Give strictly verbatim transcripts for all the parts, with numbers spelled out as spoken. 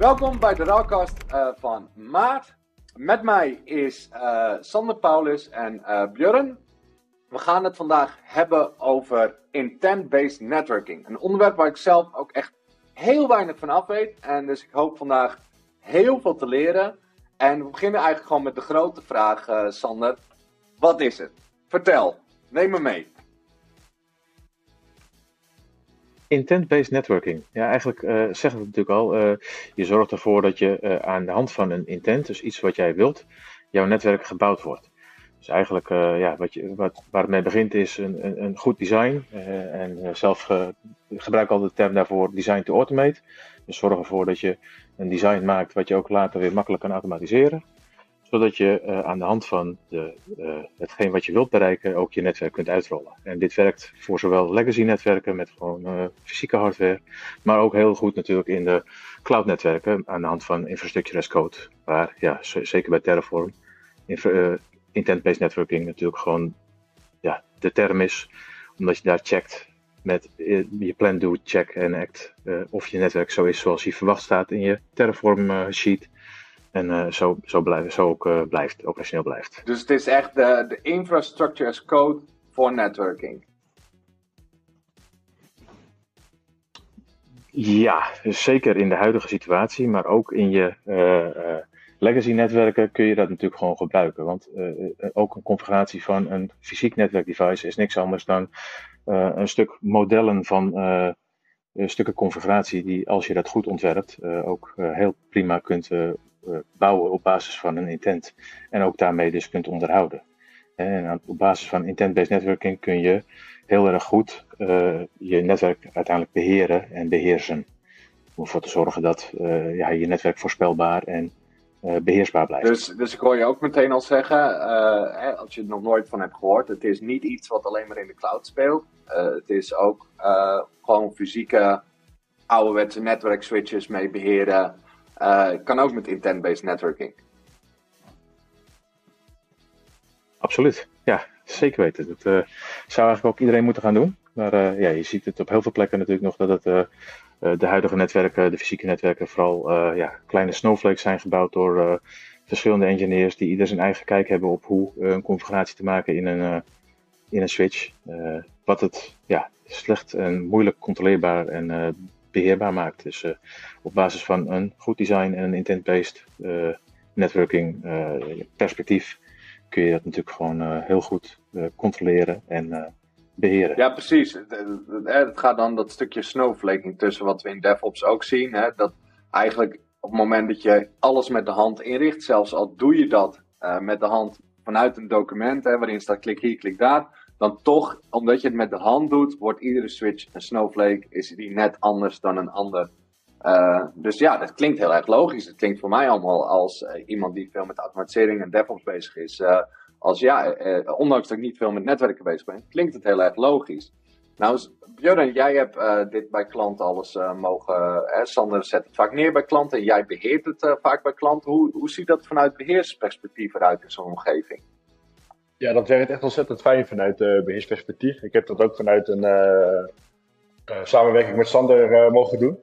Welkom bij de Rawcast uh, van maart. Met mij is uh, Sander Paulus en uh, Björn. We gaan het vandaag hebben over intent-based networking. Een onderwerp waar ik zelf ook echt heel weinig van af weet. En dus ik hoop vandaag heel veel te leren. En we beginnen eigenlijk gewoon met de grote vraag, uh, Sander. Wat is het? Vertel, neem me mee. Intent-based networking. Ja, eigenlijk uh, zegt het natuurlijk al. Uh, je zorgt ervoor dat je uh, aan de hand van een intent, dus iets wat jij wilt, jouw netwerk gebouwd wordt. Dus eigenlijk, uh, ja, wat je, wat, waar het mee begint is een, een, een goed design. Uh, en uh, zelf uh, gebruik al de term daarvoor design to automate. Dus zorg ervoor dat je een design maakt wat je ook later weer makkelijk kan automatiseren. Zodat je uh, aan de hand van de, uh, hetgeen wat je wilt bereiken ook je netwerk kunt uitrollen. En dit werkt voor zowel legacy netwerken met gewoon uh, fysieke hardware, maar ook heel goed natuurlijk in de cloud netwerken aan de hand van infrastructure as code. Waar, ja, z- zeker bij Terraform, infra- uh, intent-based networking natuurlijk gewoon ja, de term is. Omdat je daar checkt met uh, je plan, do, check en act uh, of je netwerk zo is zoals hij verwacht staat in je Terraform uh, sheet. En uh, zo, zo, blijf, zo ook uh, blijft, operationeel blijft. Dus het is echt de, de infrastructure as code voor networking. Ja, dus zeker in de huidige situatie, maar ook in je uh, uh, legacy netwerken kun je dat natuurlijk gewoon gebruiken. Want uh, ook een configuratie van een fysiek netwerkdevice is niks anders dan uh, een stuk modellen van uh, stukken configuratie die, als je dat goed ontwerpt, uh, ook uh, heel prima kunt uh, bouwen op basis van een intent. En ook daarmee dus kunt onderhouden. En op basis van intent-based networking kun je heel erg goed uh, je netwerk uiteindelijk beheren en beheersen. Om ervoor te zorgen dat uh, ja, je netwerk voorspelbaar en uh, beheersbaar blijft. Dus, dus ik hoor je ook meteen al zeggen, uh, hè, als je er nog nooit van hebt gehoord, het is niet iets wat alleen maar in de cloud speelt. Uh, het is ook uh, gewoon fysieke ouderwetse netwerkswitches mee beheren. Uh, kan ook met intent-based networking. Absoluut, ja, zeker weten. Dat uh, zou eigenlijk ook iedereen moeten gaan doen. Maar uh, ja, je ziet het op heel veel plekken natuurlijk nog dat het, uh, uh, de huidige netwerken, de fysieke netwerken, vooral uh, ja, kleine snowflakes zijn gebouwd door uh, verschillende engineers die ieder zijn eigen kijk hebben op hoe uh, een configuratie te maken in een, uh, in een switch. Uh, wat het ja, slecht en moeilijk controleerbaar en uh, beheerbaar maakt. Dus uh, op basis van een goed design en een intent-based uh, networking uh, perspectief kun je dat natuurlijk gewoon uh, heel goed uh, controleren en uh, beheren. Ja, precies. Het gaat dan dat stukje snowflaking tussen wat we in DevOps ook zien. Hè, dat eigenlijk op het moment dat je alles met de hand inricht, zelfs al doe je dat uh, met de hand vanuit een document, hè, waarin staat klik hier, klik daar, dan toch, omdat je het met de hand doet, wordt iedere switch een snowflake, is die net anders dan een ander. Uh, dus ja, dat klinkt heel erg logisch. Het klinkt voor mij allemaal als uh, iemand die veel met automatisering en DevOps bezig is. Uh, als ja, uh, ondanks dat ik niet veel met netwerken bezig ben, klinkt het heel erg logisch. Nou, Björn, jij hebt uh, dit bij klanten alles uh, mogen... Uh, Sander zet het vaak neer bij klanten en jij beheert het uh, vaak bij klanten. Hoe, hoe ziet dat vanuit beheersperspectief eruit in zo'n omgeving? Ja, dat werkt echt ontzettend fijn vanuit uh, beheersperspectief. Ik heb dat ook vanuit een uh, uh, samenwerking met Sander uh, mogen doen.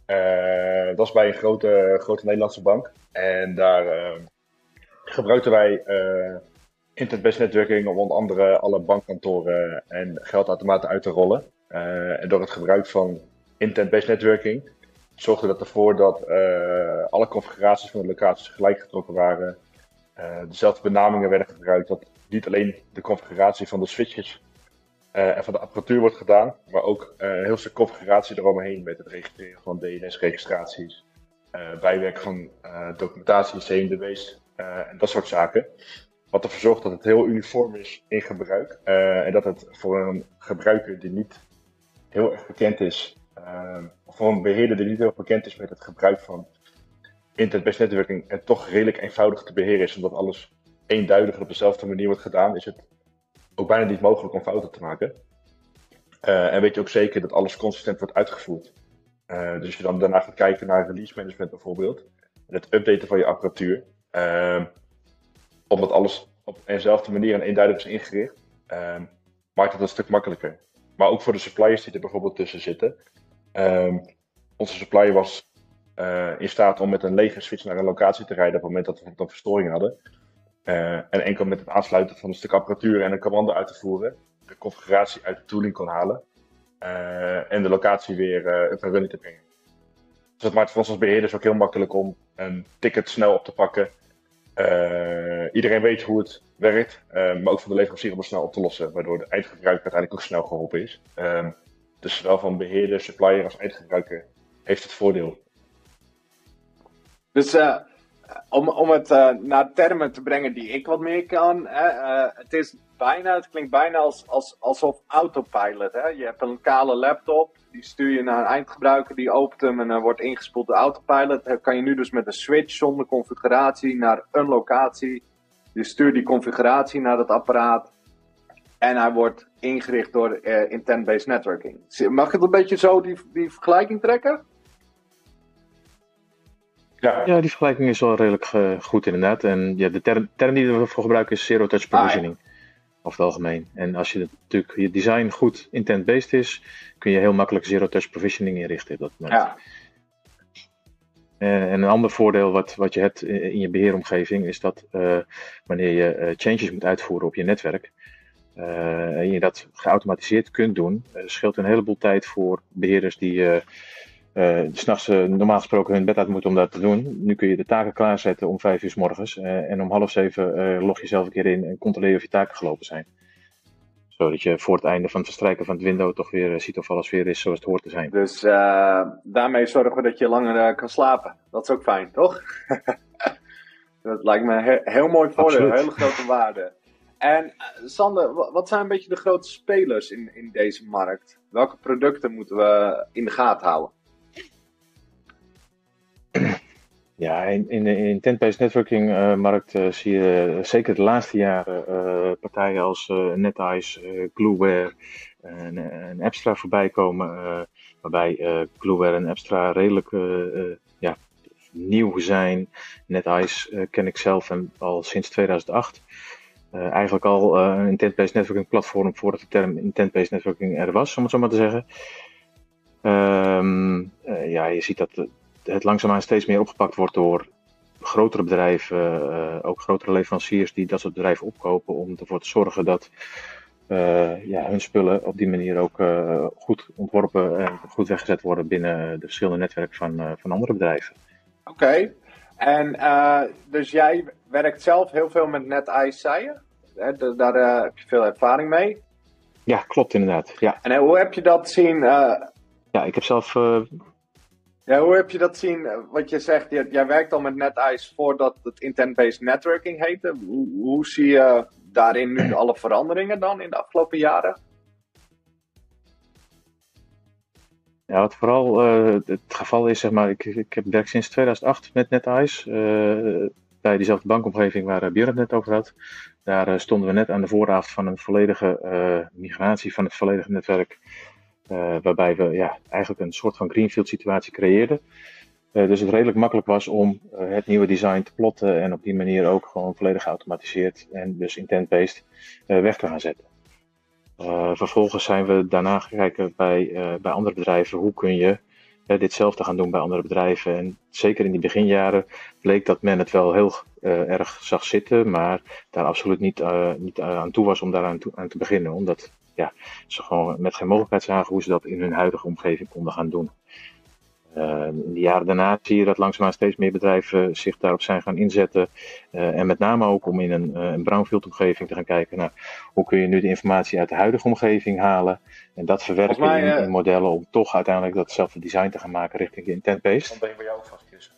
Uh, dat is bij een grote, grote Nederlandse bank. En daar uh, gebruikten wij uh, intent-based networking om onder andere alle bankkantoren en geldautomaten uit te rollen. Uh, en door het gebruik van intent-based networking zorgde dat ervoor dat uh, alle configuraties van de locaties gelijk getrokken waren. Uh, dezelfde benamingen werden gebruikt, dat niet alleen de configuratie van de switches uh, en van de apparatuur wordt gedaan, maar ook uh, een heel stuk configuratie eromheen met het registreren van D N S-registraties, uh, bijwerken van uh, documentatie, C M D B's uh, en dat soort zaken. Wat ervoor zorgt dat het heel uniform is in gebruik uh, en dat het voor een gebruiker die niet heel erg bekend is, uh, of voor een beheerder die niet heel erg bekend is met het gebruik van intent-based networking en toch redelijk eenvoudig te beheren is, omdat alles eenduidig op dezelfde manier wordt gedaan, is het ook bijna niet mogelijk om fouten te maken. Uh, en weet je ook zeker dat alles consistent wordt uitgevoerd. Uh, dus als je dan daarna gaat kijken naar release management bijvoorbeeld, en het updaten van je apparatuur, uh, omdat alles op eenzelfde manier en eenduidig is ingericht, uh, maakt het een stuk makkelijker. Maar ook voor de suppliers die er bijvoorbeeld tussen zitten. Uh, onze supplier was uh, in staat om met een lege switch naar een locatie te rijden op het moment dat we dan verstoring hadden. Uh, en enkel met het aansluiten van een stuk apparatuur en een commando uit te voeren, de configuratie uit de tooling kon halen uh, en de locatie weer uh, up en running te brengen. Dus dat maakt voor ons als beheerders ook heel makkelijk om een ticket snel op te pakken. Uh, iedereen weet hoe het werkt, uh, maar ook van de leverancier om het snel op te lossen, waardoor de eindgebruiker uiteindelijk ook snel geholpen is. Uh, dus zowel van beheerder, supplier als eindgebruiker heeft het voordeel. Dus uh, om, om het uh, naar termen te brengen die ik wat meer kan, hè, uh, het is bijna, het klinkt bijna als, als, alsof autopilot. Hè? Je hebt een lokale laptop, die stuur je naar een eindgebruiker, die opent hem en dan wordt ingespoeld door autopilot. Dan kan je nu dus met een switch zonder configuratie naar een locatie. Je stuurt die configuratie naar dat apparaat en hij wordt ingericht door uh, intent-based networking. Mag ik het een beetje zo die, die vergelijking trekken? Ja. ja, die vergelijking is wel redelijk uh, goed inderdaad. En ja, de term, term die we ervoor gebruiken is zero touch provisioning. Ah, ja. Over het algemeen. En als je natuurlijk je design goed intent-based is, kun je heel makkelijk zero touch provisioning inrichten op dat moment. Ja. En, en een ander voordeel wat, wat je hebt in, in je beheeromgeving is dat uh, wanneer je uh, changes moet uitvoeren op je netwerk, uh, en je dat geautomatiseerd kunt doen, uh, scheelt een heleboel tijd voor beheerders die uh, Uh, s'nachts uh, normaal gesproken hun bed uit moeten om dat te doen. Nu kun je de taken klaarzetten om vijf uur 's morgens. Uh, en om half zeven uh, log je zelf een keer in en controleer of je taken gelopen zijn. Zodat je voor het einde van het verstrijken van het window toch weer uh, ziet of alles weer is zoals het hoort te zijn. Dus uh, daarmee zorgen we dat je langer uh, kan slapen. Dat is ook fijn, toch? Dat lijkt me een he- heel mooi voordeel, een hele grote waarde. En uh, Sander, w- wat zijn een beetje de grote spelers in, in deze markt? Welke producten moeten we in de gaten houden? Ja, in, in de intent-based networking uh, markt uh, zie je uh, zeker de laatste jaren uh, partijen als uh, NetEye, uh, Glueware en, en Apstra voorbij komen. Uh, waarbij uh, Glueware en Apstra redelijk uh, uh, ja, nieuw zijn. NetEye uh, ken ik zelf en al sinds tweeduizend acht. Uh, eigenlijk al uh, een intent-based networking platform voordat de term intent-based networking er was, om het zo maar te zeggen. Um, uh, ja, je ziet dat uh, het langzaamaan steeds meer opgepakt wordt door grotere bedrijven, uh, ook grotere leveranciers die dat soort bedrijven opkopen om ervoor te zorgen dat uh, ja, hun spullen op die manier ook uh, goed ontworpen en goed weggezet worden binnen de verschillende netwerken van, uh, van andere bedrijven. Oké, okay. En uh, dus jij werkt zelf heel veel met NetEye, zei je? Hè, daar uh, heb je veel ervaring mee? Ja, klopt inderdaad. Ja. En uh, hoe heb je dat zien? Uh... Ja, ik heb zelf... Uh... Ja, hoe heb je dat zien? Wat je zegt, jij, jij werkt al met NetEye voordat het intent-based networking heette. Hoe, hoe zie je daarin nu alle veranderingen dan in de afgelopen jaren? Ja, wat vooral uh, het geval is, zeg maar, ik, ik heb werk sinds tweeduizend acht met NetEye. Uh, bij diezelfde bankomgeving waar Björn het net over had. Daar uh, stonden we net aan de vooravond van een volledige uh, migratie van het volledige netwerk. Uh, waarbij we ja, eigenlijk een soort van greenfield situatie creëerden. Uh, dus het redelijk makkelijk was om uh, het nieuwe design te plotten en op die manier ook gewoon volledig geautomatiseerd en dus intent-based uh, weg te gaan zetten. Uh, vervolgens zijn we daarna gaan kijken bij, uh, bij andere bedrijven hoe kun je uh, ditzelfde gaan doen bij andere bedrijven. En zeker in die beginjaren bleek dat men het wel heel uh, erg zag zitten, maar daar absoluut niet, uh, niet uh, aan toe was om daaraan toe, aan te beginnen. Omdat ja, ze gewoon met geen mogelijkheid zagen hoe ze dat in hun huidige omgeving konden gaan doen. Uh, in de jaren daarna zie je dat langzaamaan steeds meer bedrijven zich daarop zijn gaan inzetten. Uh, en met name ook om in een, uh, een brownfield omgeving te gaan kijken naar hoe kun je nu de informatie uit de huidige omgeving halen. En dat verwerken mij, in, uh... in modellen om toch uiteindelijk datzelfde design te gaan maken richting intent-based. Dan ben je bij jou ook vast, Chris.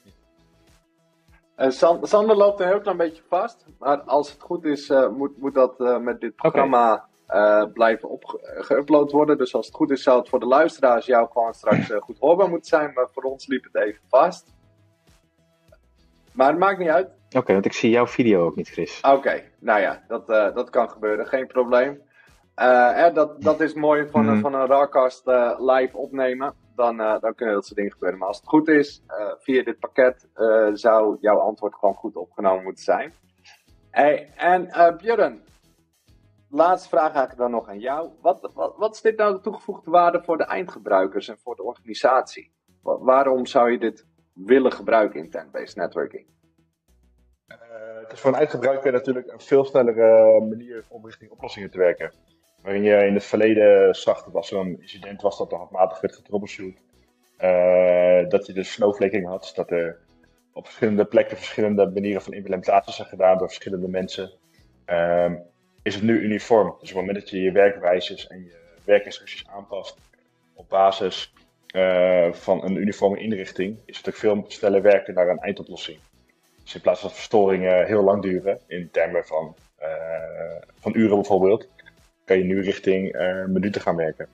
Uh, Sander loopt een heel klein beetje vast. Maar als het goed is, uh, moet, moet dat uh, met dit programma... Okay. Uh, blijven geüpload worden. Dus als het goed is, zou het voor de luisteraars jou gewoon straks uh, goed hoorbaar moeten zijn. Maar voor ons liep het even vast. Maar het maakt niet uit. Oké, okay, want ik zie jouw video ook niet, Chris. Oké, okay, nou ja, dat, uh, dat kan gebeuren. Geen probleem. Uh, eh, dat, dat is mooi van, mm. van een Rawcast uh, live opnemen. Dan, uh, dan kunnen dat soort dingen gebeuren. Maar als het goed is, uh, via dit pakket uh, zou jouw antwoord gewoon goed opgenomen moeten zijn. Hey, en uh, Björn, laatste vraag eigenlijk dan nog aan jou. Wat, wat, wat is dit nou de toegevoegde waarde voor de eindgebruikers en voor de organisatie? Wa- waarom zou je dit willen gebruiken, intent-based networking? Uh, het is voor een eindgebruiker natuurlijk een veel snellere manier om richting oplossingen te werken. Waarin je in het verleden zag dat als er een incident was dat er handmatig werd getroubleshoot, uh, dat je dus snowflaking had, dat er op verschillende plekken verschillende manieren van implementatie zijn gedaan door verschillende mensen. Uh, is het nu uniform. Dus op het moment dat je je werkwijzes en je werkinstructies aanpast op basis uh, van een uniforme inrichting, is het ook veel sneller werken naar een eindoplossing. Dus in plaats van dat verstoringen heel lang duren, in termen van, uh, van uren bijvoorbeeld, kan je nu richting uh, minuten gaan werken.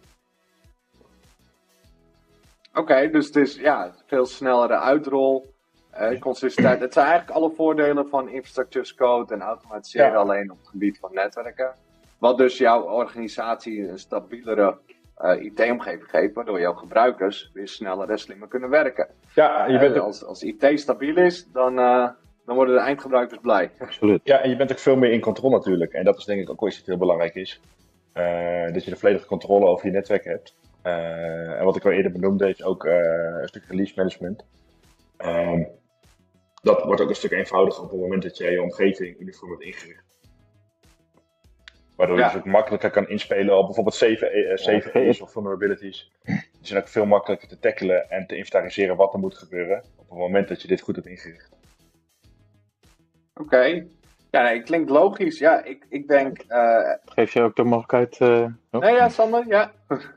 Oké, okay, dus het is ja, veel snellere uitrol, uh, consistent. Het zijn eigenlijk alle voordelen van infrastructure as code en automatiseren ja. alleen op het gebied van netwerken. Wat dus jouw organisatie een stabielere uh, I T-omgeving geeft, waardoor jouw gebruikers weer sneller en slimmer kunnen werken. Ja, je bent uh, als, als I T stabiel is, dan, uh, dan worden de eindgebruikers blij. Absoluut. Ja, en je bent ook veel meer in controle natuurlijk. En dat is denk ik ook iets dat heel belangrijk is. Uh, dat je de volledige controle over je netwerk hebt. Uh, en wat ik al eerder benoemde is ook uh, een stuk release management. Um, dat wordt ook een stuk eenvoudiger op het moment dat je je omgeving uniform hebt ingericht. Waardoor ja. je dus ook makkelijker kan inspelen op bijvoorbeeld zeven A's of vulnerabilities. Die zijn ook veel makkelijker te tackelen en te inventariseren wat er moet gebeuren op het moment dat je dit goed hebt ingericht. Oké. Okay. Ja, nee, klinkt logisch. Ja, ik, ik denk... Uh... Geef je ook de mogelijkheid... Uh... Oh. Nee, ja, Sander, ja.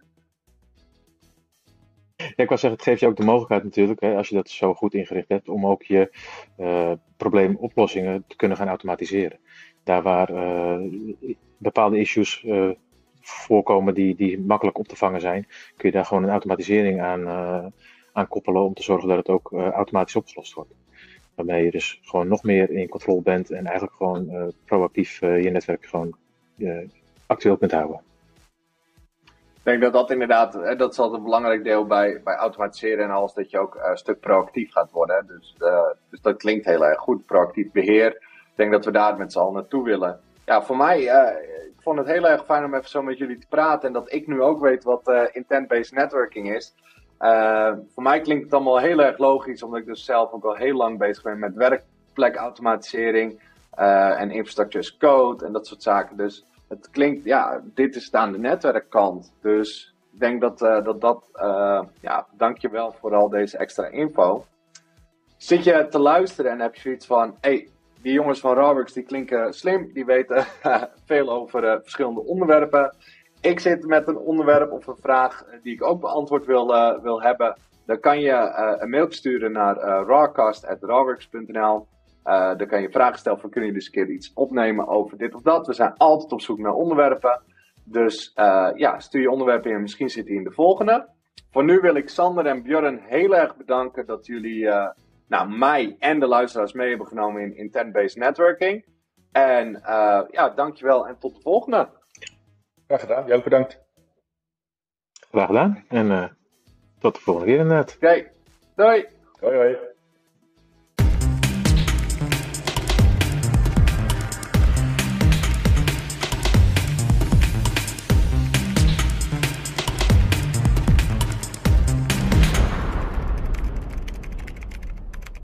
Ja, ik wou zeggen, het geeft je ook de mogelijkheid natuurlijk, hè, als je dat zo goed ingericht hebt, om ook je uh, probleemoplossingen te kunnen gaan automatiseren. Daar waar uh, bepaalde issues uh, voorkomen die, die makkelijk op te vangen zijn, kun je daar gewoon een automatisering aan, uh, aan koppelen om te zorgen dat het ook uh, automatisch opgelost wordt. Waarmee je dus gewoon nog meer in controle bent en eigenlijk gewoon uh, proactief uh, je netwerk gewoon uh, actueel kunt houden. Ik denk dat dat inderdaad, dat is altijd een belangrijk deel bij, bij automatiseren en alles, dat je ook een stuk proactief gaat worden. Hè. Dus, uh, dus dat klinkt heel erg goed, proactief beheer. Ik denk dat we daar met z'n allen naartoe willen. Ja, voor mij, uh, ik vond het heel erg fijn om even zo met jullie te praten en dat ik nu ook weet wat uh, intent-based networking is. Uh, voor mij klinkt het allemaal heel erg logisch, omdat ik dus zelf ook al heel lang bezig ben met werkplekautomatisering uh, en infrastructure as code en dat soort zaken. Dus het klinkt, ja, dit is aan de netwerkkant. Dus ik denk dat uh, dat, dat uh, ja, dankjewel voor al deze extra info. Zit je te luisteren en heb je zoiets van, hé, hey, die jongens van Rawworks die klinken slim, die weten veel over uh, verschillende onderwerpen. Ik zit met een onderwerp of een vraag die ik ook beantwoord wil, uh, wil hebben. Dan kan je uh, een mail sturen naar uh, rawcast at rawworks punt n l. Uh, dan kan je vragen stellen van, kunnen jullie eens een keer iets opnemen over dit of dat. We zijn altijd op zoek naar onderwerpen. Dus uh, ja, stuur je onderwerpen in en misschien zit die in de volgende. Voor nu wil ik Sander en Björn heel erg bedanken dat jullie uh, nou, mij en de luisteraars mee hebben genomen in intent-based networking. En uh, ja, dankjewel en tot de volgende. Graag gedaan, jij ook bedankt. Graag gedaan en uh, tot de volgende keer inderdaad. Oké, okay. Doei. Hoi hoi.